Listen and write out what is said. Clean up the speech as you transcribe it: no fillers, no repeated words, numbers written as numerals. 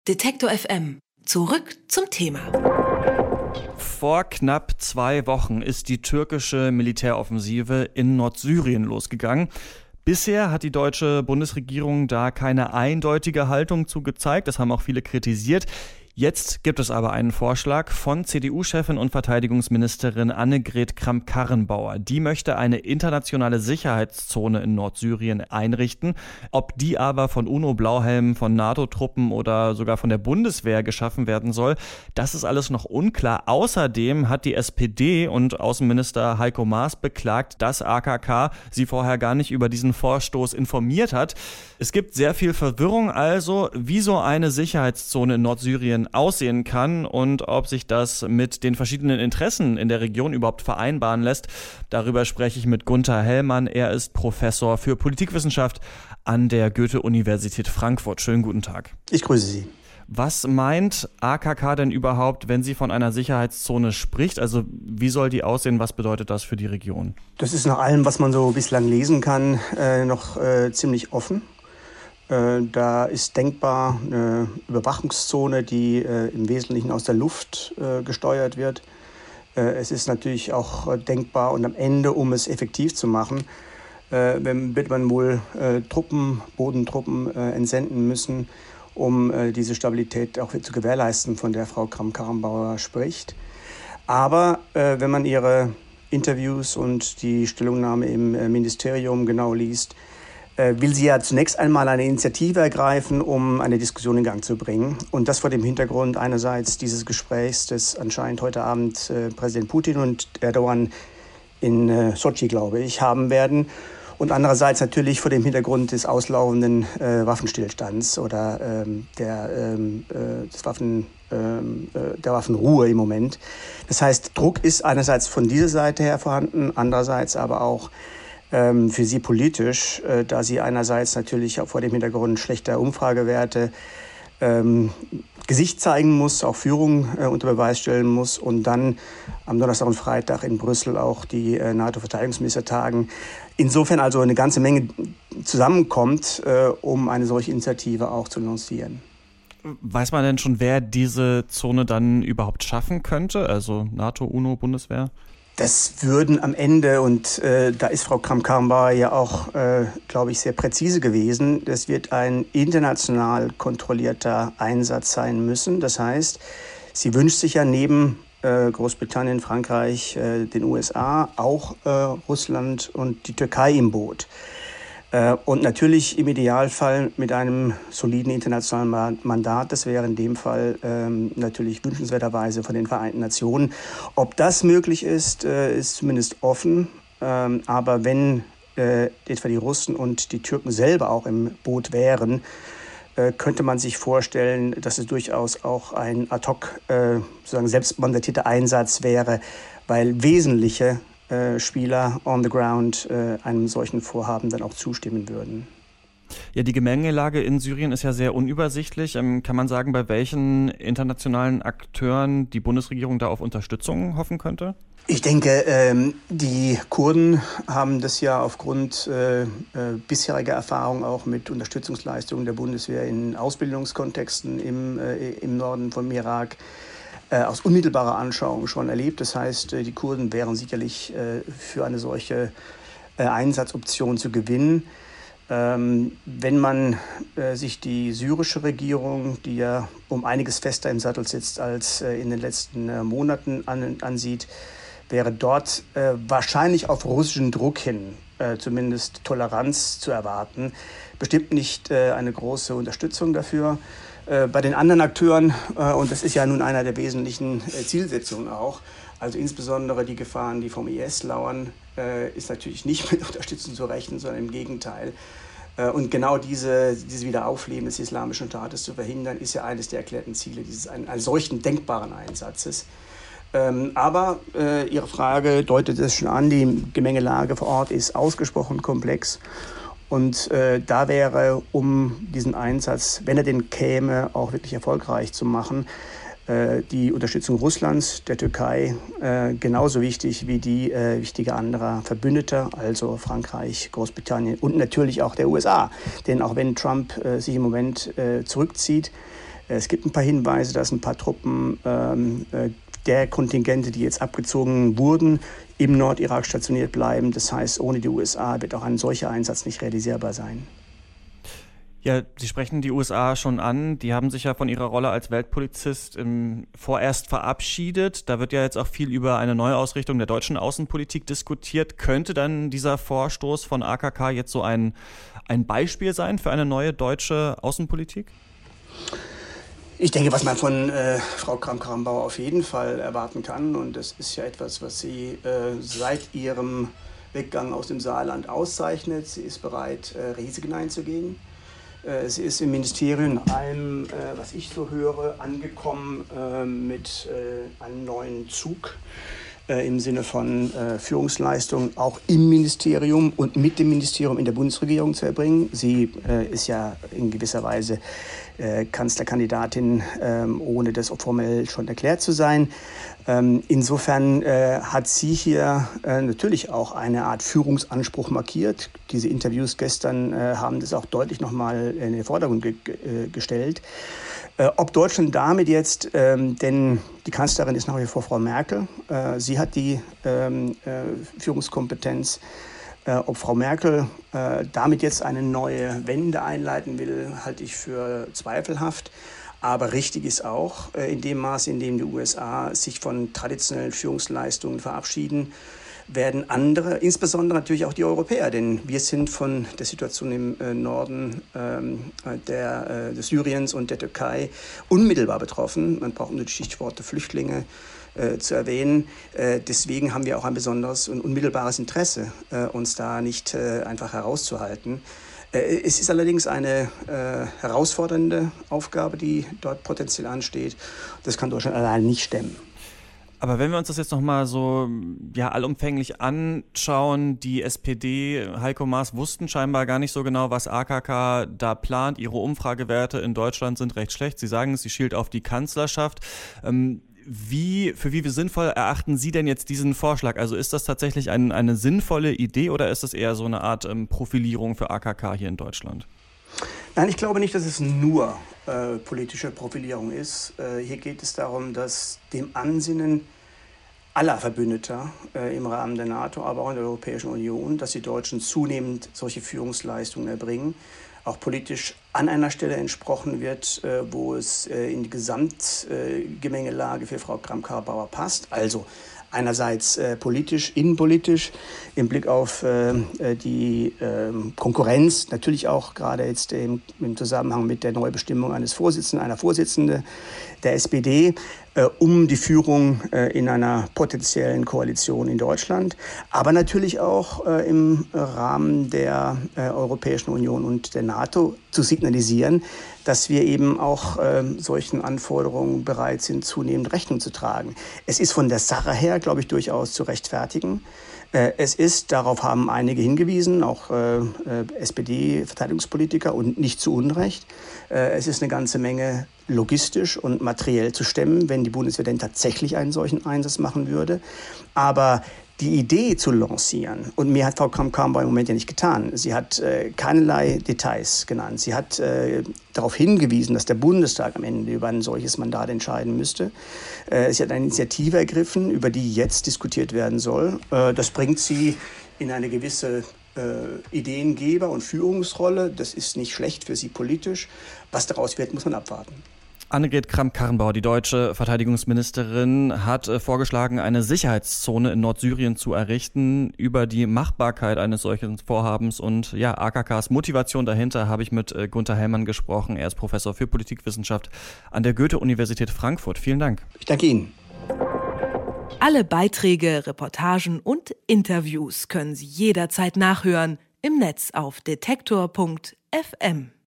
Detektor FM. Zurück zum Thema. Vor knapp 2 Wochen ist die türkische Militäroffensive in Nordsyrien losgegangen. Bisher hat die deutsche Bundesregierung da keine eindeutige Haltung zu gezeigt. Das haben auch viele kritisiert. Jetzt gibt es aber einen Vorschlag von CDU-Chefin und Verteidigungsministerin Annegret Kramp-Karrenbauer. Die möchte eine internationale Sicherheitszone in Nordsyrien einrichten. Ob die aber von UNO-Blauhelmen, von NATO-Truppen oder sogar von der Bundeswehr geschaffen werden soll, das ist alles noch unklar. Außerdem hat die SPD und Außenminister Heiko Maas beklagt, dass AKK sie vorher gar nicht über diesen Vorstoß informiert hat. Es gibt sehr viel Verwirrung also, wie so eine Sicherheitszone in Nordsyrien aussehen kann und ob sich das mit den verschiedenen Interessen in der Region überhaupt vereinbaren lässt. Darüber spreche ich mit Gunther Hellmann. Er ist Professor für Politikwissenschaft an der Goethe-Universität Frankfurt. Schönen guten Tag. Ich grüße Sie. Was meint AKK denn überhaupt, wenn sie von einer Sicherheitszone spricht? Also wie soll die aussehen? Was bedeutet das für die Region? Das ist nach allem, was man so bislang lesen kann, noch ziemlich offen. Da ist denkbar eine Überwachungszone, die im Wesentlichen aus der Luft gesteuert wird. Es ist natürlich auch denkbar und am Ende, um es effektiv zu machen, wird man wohl Bodentruppen entsenden müssen, um diese Stabilität auch zu gewährleisten, von der Frau Kramp-Karrenbauer spricht. Aber wenn man ihre Interviews und die Stellungnahme im Ministerium genau liest, will sie ja zunächst einmal eine Initiative ergreifen, um eine Diskussion in Gang zu bringen. Und das vor dem Hintergrund einerseits dieses Gesprächs, das anscheinend heute Abend Präsident Putin und Erdogan in Sotschi, glaube ich, haben werden. Und andererseits natürlich vor dem Hintergrund des auslaufenden Waffenstillstands oder der Waffenruhe im Moment. Das heißt, Druck ist einerseits von dieser Seite her vorhanden, andererseits aber auch für sie politisch, da sie einerseits natürlich auch vor dem Hintergrund schlechter Umfragewerte Gesicht zeigen muss, auch Führung unter Beweis stellen muss und dann am Donnerstag und Freitag in Brüssel auch die NATO-Verteidigungsminister tagen. Insofern also eine ganze Menge zusammenkommt, um eine solche Initiative auch zu lancieren. Weiß man denn schon, wer diese Zone dann überhaupt schaffen könnte? Also NATO, UNO, Bundeswehr? Das würden am Ende, und da ist Frau Kramp-Karrenbauer ja auch, glaube ich, sehr präzise gewesen, das wird ein international kontrollierter Einsatz sein müssen. Das heißt, sie wünscht sich ja neben Großbritannien, Frankreich, den USA auch Russland und die Türkei im Boot. Und natürlich im Idealfall mit einem soliden internationalen Mandat. Das wäre in dem Fall natürlich wünschenswerterweise von den Vereinten Nationen. Ob das möglich ist, ist zumindest offen. Aber wenn etwa die Russen und die Türken selber auch im Boot wären, könnte man sich vorstellen, dass es durchaus auch ein ad hoc, sozusagen selbstmandatierter Einsatz wäre, weil wesentliche Spieler on the ground einem solchen Vorhaben dann auch zustimmen würden. Ja, die Gemengelage in Syrien ist ja sehr unübersichtlich. Kann man sagen, bei welchen internationalen Akteuren die Bundesregierung da auf Unterstützung hoffen könnte? Ich denke, die Kurden haben das ja aufgrund bisheriger Erfahrung auch mit Unterstützungsleistungen der Bundeswehr in Ausbildungskontexten im Norden vom Irak aus unmittelbarer Anschauung schon erlebt. Das heißt, die Kurden wären sicherlich für eine solche Einsatzoption zu gewinnen. Wenn man sich die syrische Regierung, die ja um einiges fester im Sattel sitzt als in den letzten Monaten ansieht, wäre dort wahrscheinlich auf russischen Druck hin zumindest Toleranz zu erwarten. Bestimmt nicht eine große Unterstützung dafür. Bei den anderen Akteuren, und das ist ja nun einer der wesentlichen Zielsetzungen auch, also insbesondere die Gefahren, die vom IS lauern, ist natürlich nicht mit Unterstützung zu rechnen, sondern im Gegenteil. Und genau dieses Wiederaufleben des Islamischen Staates zu verhindern, ist ja eines der erklärten Ziele eines solchen denkbaren Einsatzes. Aber Ihre Frage deutet es schon an, die Gemengelage vor Ort ist ausgesprochen komplex. Und da wäre, um diesen Einsatz, wenn er denn käme, auch wirklich erfolgreich zu machen, die Unterstützung Russlands, der Türkei, genauso wichtig wie die wichtiger anderer Verbündeter, also Frankreich, Großbritannien und natürlich auch der USA. Denn auch wenn Trump sich im Moment zurückzieht, Es gibt ein paar Hinweise, dass ein paar Truppen der Kontingente, die jetzt abgezogen wurden, im Nordirak stationiert bleiben. Das heißt, ohne die USA wird auch ein solcher Einsatz nicht realisierbar sein. Ja, Sie sprechen die USA schon an. Die haben sich ja von ihrer Rolle als Weltpolizist vorerst verabschiedet. Da wird ja jetzt auch viel über eine Neuausrichtung der deutschen Außenpolitik diskutiert. Könnte dann dieser Vorstoß von AKK jetzt so ein Beispiel sein für eine neue deutsche Außenpolitik? Ich denke, was man von Frau Kramp-Karrenbauer auf jeden Fall erwarten kann, und das ist ja etwas, was sie seit ihrem Weggang aus dem Saarland auszeichnet. Sie ist bereit, Risiken einzugehen. Sie ist im Ministerium, nach allem, was ich so höre, angekommen mit einem neuen Zug im Sinne von Führungsleistung auch im Ministerium und mit dem Ministerium in der Bundesregierung zu erbringen. Sie ist ja in gewisser Weise Kanzlerkandidatin, ohne das formell schon erklärt zu sein. Insofern hat sie hier natürlich auch eine Art Führungsanspruch markiert. Diese Interviews gestern haben das auch deutlich nochmal in den Vordergrund gestellt. Ob Deutschland damit jetzt, denn die Kanzlerin ist nach wie vor Frau Merkel, sie hat die Führungskompetenz, ob Frau Merkel damit jetzt eine neue Wende einleiten will, halte ich für zweifelhaft. Aber richtig ist auch, in dem Maß, in dem die USA sich von traditionellen Führungsleistungen verabschieden, werden andere, insbesondere natürlich auch die Europäer, denn wir sind von der Situation im Norden des Syriens und der Türkei unmittelbar betroffen. Man braucht nur die Stichworte Flüchtlinge zu erwähnen. Deswegen haben wir auch ein besonderes und unmittelbares Interesse, uns da nicht einfach herauszuhalten. Es ist allerdings eine herausfordernde Aufgabe, die dort potenziell ansteht. Das kann Deutschland allein nicht stemmen. Aber wenn wir uns das jetzt nochmal so allumfänglich anschauen, die SPD, Heiko Maas, wussten scheinbar gar nicht so genau, was AKK da plant. Ihre Umfragewerte in Deutschland sind recht schlecht. Sie sagen es, sie schielt auf die Kanzlerschaft. Für wie sinnvoll erachten Sie denn jetzt diesen Vorschlag? Also ist das tatsächlich eine sinnvolle Idee oder ist das eher so eine Art Profilierung für AKK hier in Deutschland? Nein, ich glaube nicht, dass es nur politische Profilierung ist. Hier geht es darum, dass dem Ansinnen aller Verbündeter im Rahmen der NATO, aber auch in der Europäischen Union, dass die Deutschen zunehmend solche Führungsleistungen erbringen, auch politisch an einer Stelle entsprochen wird, wo es in die Gesamtgemengelage für Frau Kramp-Karrenbauer passt. Also einerseits politisch, innenpolitisch, im Blick auf die Konkurrenz, natürlich auch gerade jetzt im Zusammenhang mit der Neubestimmung einer Vorsitzenden der SPD, um die Führung in einer potenziellen Koalition in Deutschland, aber natürlich auch im Rahmen der Europäischen Union und der NATO zu signalisieren, dass wir eben auch solchen Anforderungen bereit sind, zunehmend Rechnung zu tragen. Es ist von der Sache her, glaube ich, durchaus zu rechtfertigen. Es ist, darauf haben einige hingewiesen, auch SPD-Verteidigungspolitiker und nicht zu Unrecht, es ist eine ganze Menge logistisch und materiell zu stemmen, wenn die Bundeswehr denn tatsächlich einen solchen Einsatz machen würde. Aber die Idee zu lancieren, und mehr hat Frau Kramp-Karrenbauer im Moment ja nicht getan. Sie hat keinerlei Details genannt. Sie hat darauf hingewiesen, dass der Bundestag am Ende über ein solches Mandat entscheiden müsste. Sie hat eine Initiative ergriffen, über die jetzt diskutiert werden soll. Das bringt sie in eine gewisse Ideengeber- und Führungsrolle. Das ist nicht schlecht für sie politisch. Was daraus wird, muss man abwarten. Annegret Kramp-Karrenbauer, die deutsche Verteidigungsministerin, hat vorgeschlagen, eine Sicherheitszone in Nordsyrien zu errichten. Über die Machbarkeit eines solchen Vorhabens und AKKs Motivation dahinter habe ich mit Gunther Hellmann gesprochen. Er ist Professor für Politikwissenschaft an der Goethe-Universität Frankfurt. Vielen Dank. Ich danke Ihnen. Alle Beiträge, Reportagen und Interviews können Sie jederzeit nachhören im Netz auf detektor.fm.